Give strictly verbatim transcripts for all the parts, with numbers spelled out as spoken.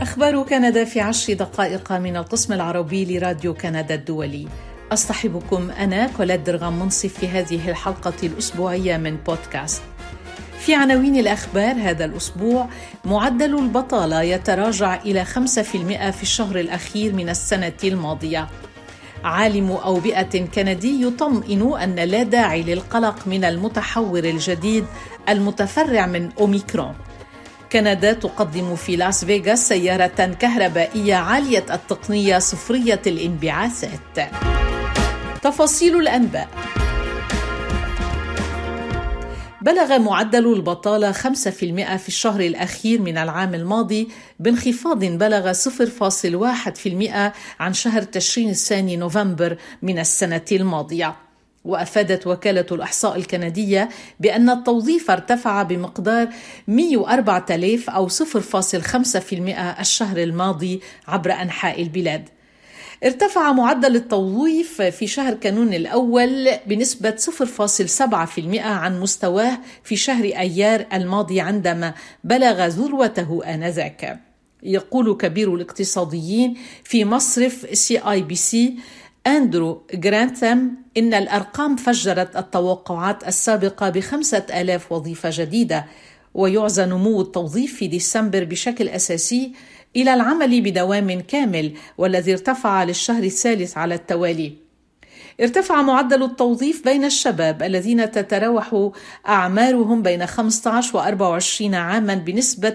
أخبار كندا في عشر دقائق من القسم العربي لراديو كندا الدولي. أصطحبكم أنا كولاد درغام منصف في هذه الحلقة الأسبوعية من بودكاست. في عناوين الأخبار هذا الأسبوع: معدل البطالة يتراجع إلى خمسة بالمئة في الشهر الأخير من السنة الماضية. عالم أوبئة كندي يطمئن أن لا داعي للقلق من المتحور الجديد المتفرع من أوميكرون. كندا تقدم في لاس فيغاس سيارة كهربائية عالية التقنية صفرية الانبعاثات. تفاصيل الأنباء: بلغ معدل البطالة خمسة بالمئة في الشهر الأخير من العام الماضي بانخفاض بلغ صفر فاصلة واحد بالمئة عن شهر تشرين الثاني نوفمبر من السنة الماضية. وأفادت وكالة الإحصاء الكندية بأن التوظيف ارتفع بمقدار مئة وأربعة آلاف أو صفر فاصلة خمسة بالمئة الشهر الماضي عبر أنحاء البلاد. ارتفع معدل التوظيف في شهر كانون الأول بنسبة صفر فاصلة سبعة بالمئة عن مستواه في شهر أيار الماضي عندما بلغ ذروته آنذاك. يقول كبير الاقتصاديين في مصرف سي آي بي سي أندرو غرانثام إن الأرقام فجرت التوقعات السابقة بخمسة آلاف وظيفة جديدة، ويعزى نمو التوظيف في ديسمبر بشكل أساسي إلى العمل بدوام كامل، والذي ارتفع للشهر الثالث على التوالي. ارتفع معدل التوظيف بين الشباب الذين تتراوح أعمارهم بين خمسة عشر وأربعة وعشرين عاما بنسبة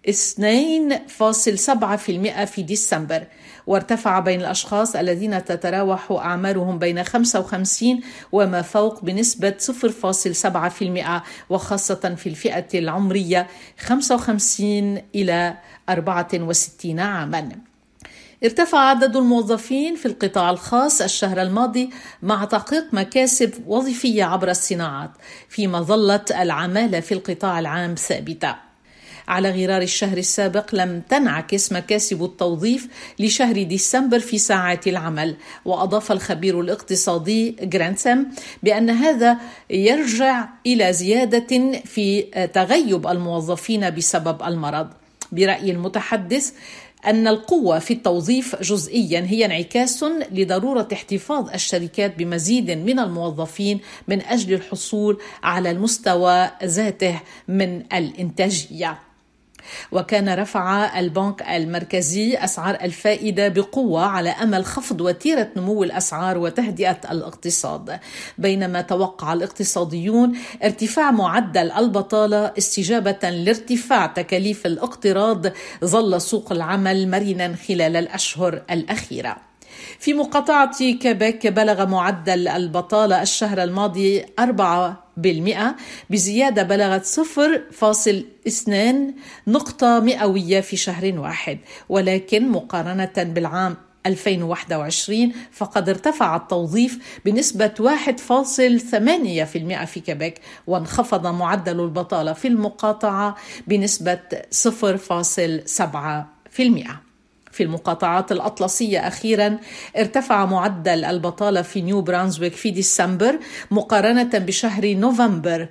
اثنين فاصلة سبعة بالمئة في ديسمبر، وارتفع بين الأشخاص الذين تتراوح أعمارهم بين خمسة وخمسين وما فوق بنسبة صفر فاصلة سبعة بالمئة، وخاصة في الفئة العمرية خمسة وخمسين إلى أربعة وستين عاما. ارتفع عدد الموظفين في القطاع الخاص الشهر الماضي مع تحقيق مكاسب وظيفية عبر الصناعات، فيما ظلت العمالة في القطاع العام ثابتة. على غرار الشهر السابق لم تنعكس مكاسب التوظيف لشهر ديسمبر في ساعات العمل. وأضاف الخبير الاقتصادي غرانثام بأن هذا يرجع إلى زيادة في تغيب الموظفين بسبب المرض. برأي المتحدث أن القوة في التوظيف جزئيا هي انعكاس لضرورة احتفاظ الشركات بمزيد من الموظفين من أجل الحصول على المستوى ذاته من الإنتاجية. وكان رفع البنك المركزي أسعار الفائدة بقوة على أمل خفض وتيرة نمو الأسعار وتهدئة الاقتصاد، بينما توقع الاقتصاديون ارتفاع معدل البطالة استجابة لارتفاع تكاليف الاقتراض. ظل سوق العمل مرنا خلال الأشهر الأخيرة. في مقاطعة كيبيك بلغ معدل البطالة الشهر الماضي أربعة بالمئة بزيادة بلغت صفر فاصلة اثنين نقطة مئوية في شهر واحد، ولكن مقارنة بالعام ألفين وواحد وعشرين فقد ارتفع التوظيف بنسبة واحد فاصلة ثمانية بالمئة في كيبيك، وانخفض معدل البطالة في المقاطعة بنسبة صفر فاصلة سبعة بالمئة. في المقاطعات الأطلسية أخيرا ارتفع معدل البطالة في نيو برانزويك في ديسمبر مقارنة بشهر نوفمبر،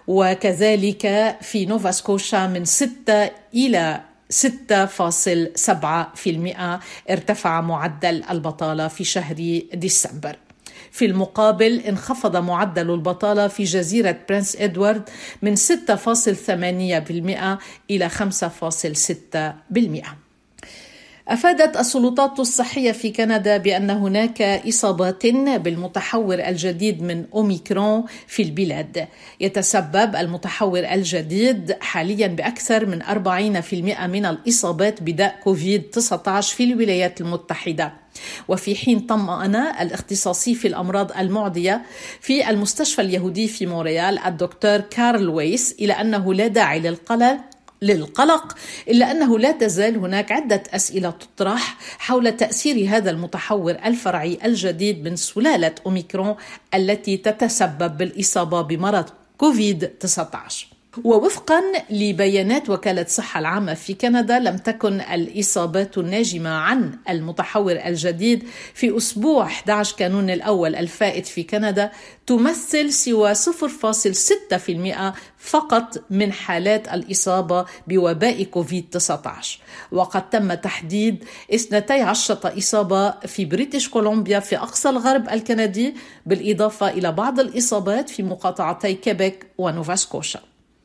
وكذلك في نوفا سكوشا من ستة إلى ستة فاصلة سبعة بالمئة ارتفع معدل البطالة في شهر ديسمبر. في المقابل انخفض معدل البطالة في جزيرة برنس إدوارد من ستة فاصلة ثمانية بالمئة إلى خمسة فاصلة ستة بالمئة. أفادت السلطات الصحية في كندا بأن هناك إصابات بالمتحور الجديد من أوميكرون في البلاد. يتسبب المتحور الجديد حاليا بأكثر من أربعين بالمئة من الإصابات بداء كوفيد تسعة عشر في الولايات المتحدة. وفي حين طمأن الاختصاصي في الأمراض المعدية في المستشفى اليهودي في مونريال الدكتور كارل ويس إلى أنه لا داعي للقلق للقلق إلا أنه لا تزال هناك عدة أسئلة تطرح حول تأثير هذا المتحور الفرعي الجديد من سلالة أوميكرون التي تتسبب بالإصابة بمرض كوفيد تسعة عشر. ووفقا لبيانات وكالة الصحة العامة في كندا، لم تكن الإصابات الناجمة عن المتحور الجديد في أسبوع أحد عشر كانون الأول الفائت في كندا تمثل سوى صفر فاصلة ستة بالمئة فقط من حالات الإصابة بوباء كوفيد تسعة عشر، وقد تم تحديد اثنتي عشرة إصابة في بريتش كولومبيا في أقصى الغرب الكندي، بالإضافة إلى بعض الإصابات في مقاطعتي كيبيك ونوفا سكوشا.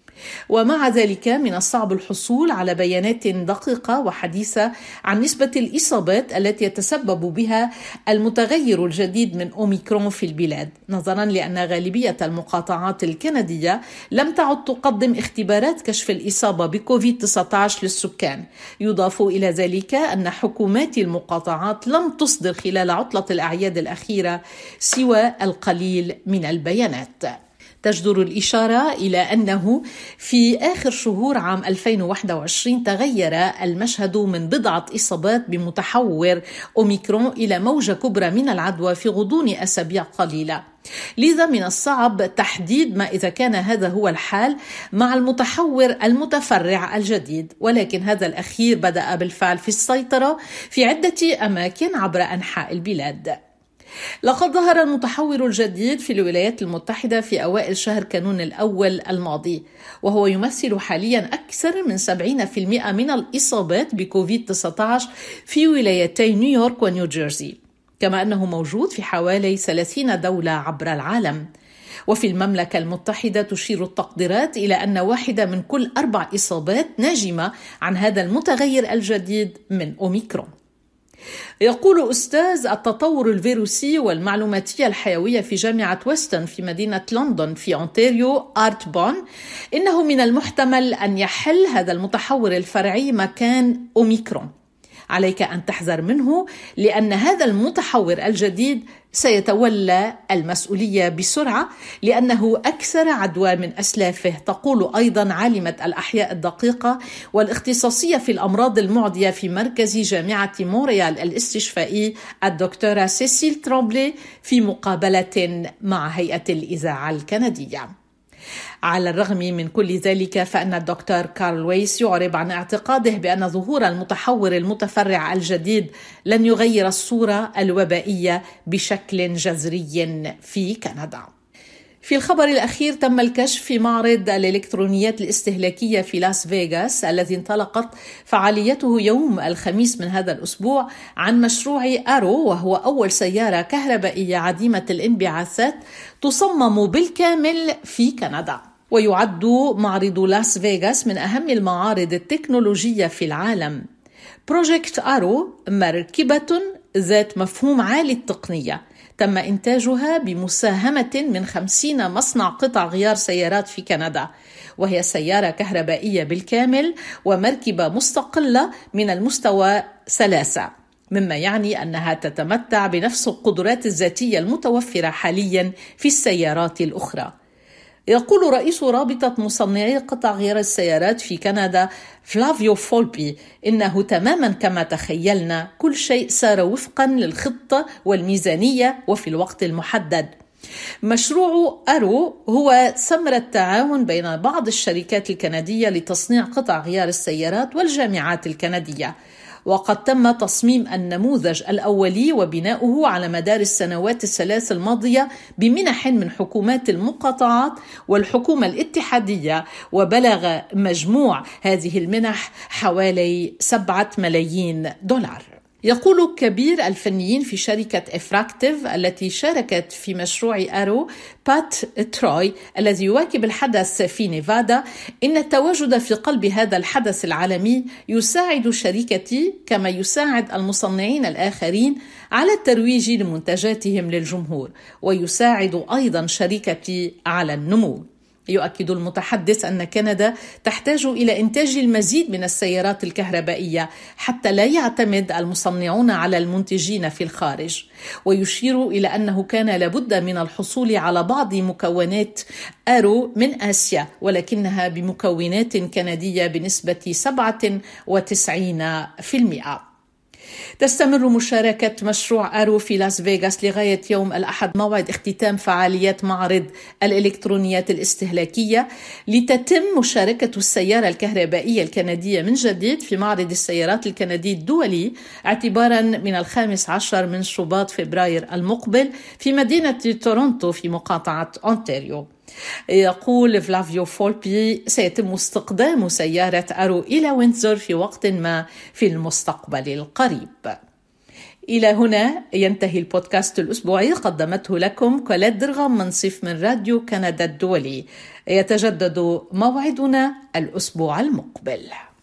ومع ذلك من الصعب الحصول على بيانات دقيقة وحديثة عن نسبة الإصابات التي يتسبب بها المتغير الجديد من أوميكرون في البلاد، نظرا لأن غالبية المقاطعات الكندية لم تعد تقدم اختبارات كشف الإصابة بكوفيد تسعة عشر للسكان. يضاف إلى ذلك أن حكومات المقاطعات لم تصدر خلال عطلة الأعياد الأخيرة سوى القليل من البيانات. تجدر الإشارة إلى أنه في آخر شهور عام ألفين وواحد وعشرين تغير المشهد من بضعة إصابات بمتحور أوميكرون إلى موجة كبرى من العدوى في غضون أسابيع قليلة. لذا من الصعب تحديد ما إذا كان هذا هو الحال مع المتحور المتفرع الجديد، ولكن هذا الأخير بدأ بالفعل في السيطرة في عدة أماكن عبر أنحاء البلاد. لقد ظهر المتحور الجديد في الولايات المتحدة في أوائل شهر كانون الأول الماضي، وهو يمثل حاليا أكثر من سبعين بالمئة من الإصابات بكوفيد تسعة عشر في ولايتي نيويورك ونيوجيرسي، كما أنه موجود في حوالي ثلاثين دولة عبر العالم. وفي المملكة المتحدة تشير التقديرات إلى أن واحدة من كل أربع إصابات ناجمة عن هذا المتغير الجديد من أوميكرون. يقول أستاذ التطور الفيروسي والمعلوماتية الحيوية في جامعة ويستون في مدينة لندن في أونتاريو آرت بون إنه من المحتمل أن يحل هذا المتحور الفرعي مكان أوميكرون. عليك أن تحذر منه لأن هذا المتحور الجديد سيتولى المسؤولية بسرعة لأنه أكثر عدوى من أسلافه، تقول أيضا عالمة الأحياء الدقيقة والاختصاصية في الأمراض المعدية في مركز جامعة مونريال الاستشفائي الدكتورة سيسيل ترومبلي في مقابلة مع هيئة الإذاعة الكندية. على الرغم من كل ذلك فإن الدكتور كارل ويس يعرب عن اعتقاده بأن ظهور المتحور المتفرع الجديد لن يغير الصورة الوبائية بشكل جذري في كندا. في الخبر الأخير تم الكشف في معرض الإلكترونيات الاستهلاكية في لاس فيغاس الذي انطلقت فعاليته يوم الخميس من هذا الأسبوع عن مشروع أرو، وهو أول سيارة كهربائية عديمة الانبعاثات تصمم بالكامل في كندا. ويعد معرض لاس فيغاس من أهم المعارض التكنولوجية في العالم. بروجكت أرو مركبة ذات مفهوم عالي التقنية تم إنتاجها بمساهمة من خمسين مصنع قطع غيار سيارات في كندا، وهي سيارة كهربائية بالكامل ومركبة مستقلة من المستوى ثلاثة، مما يعني أنها تتمتع بنفس القدرات الذاتية المتوفرة حاليا في السيارات الأخرى. يقول رئيس رابطة مصنعي قطع غيار السيارات في كندا فلافيو فولبي إنه تماما كما تخيلنا، كل شيء سار وفقا للخطة والميزانية وفي الوقت المحدد. مشروع أرو هو ثمرة تعاون بين بعض الشركات الكندية لتصنيع قطع غيار السيارات والجامعات الكندية، وقد تم تصميم النموذج الأولي وبناؤه على مدار السنوات الثلاث الماضية بمنح من حكومات المقاطعات والحكومة الاتحادية، وبلغ مجموع هذه المنح حوالي سبعة ملايين دولار. يقول كبير الفنيين في شركة إفراكتيف التي شاركت في مشروع أرو بات تروي الذي يواكب الحدث في نيفادا إن التواجد في قلب هذا الحدث العالمي يساعد شركتي كما يساعد المصنعين الآخرين على الترويج لمنتجاتهم للجمهور، ويساعد أيضا شركتي على النمو. يؤكد المتحدث أن كندا تحتاج إلى إنتاج المزيد من السيارات الكهربائية حتى لا يعتمد المصنعون على المنتجين في الخارج، ويشير إلى أنه كان لابد من الحصول على بعض مكونات أرو من آسيا، ولكنها بمكونات كندية بنسبة سبعة وتسعين بالمئة. تستمر مشاركة مشروع أرو في لاس فيغاس لغاية يوم الأحد، موعد اختتام فعاليات معرض الإلكترونيات الاستهلاكية، لتتم مشاركة السيارة الكهربائية الكندية من جديد في معرض السيارات الكندي الدولي اعتبارا من الخامس عشر من شباط فبراير المقبل في مدينة تورونتو في مقاطعة أونتاريو. يقول فلافيو فولبي سيتم استخدام سيارة أرو إلى ويندزور في وقت ما في المستقبل القريب. إلى هنا ينتهي البودكاست الأسبوعي، قدمته لكم كوليت درغام منصف من راديو كندا الدولي. يتجدد موعدنا الأسبوع المقبل.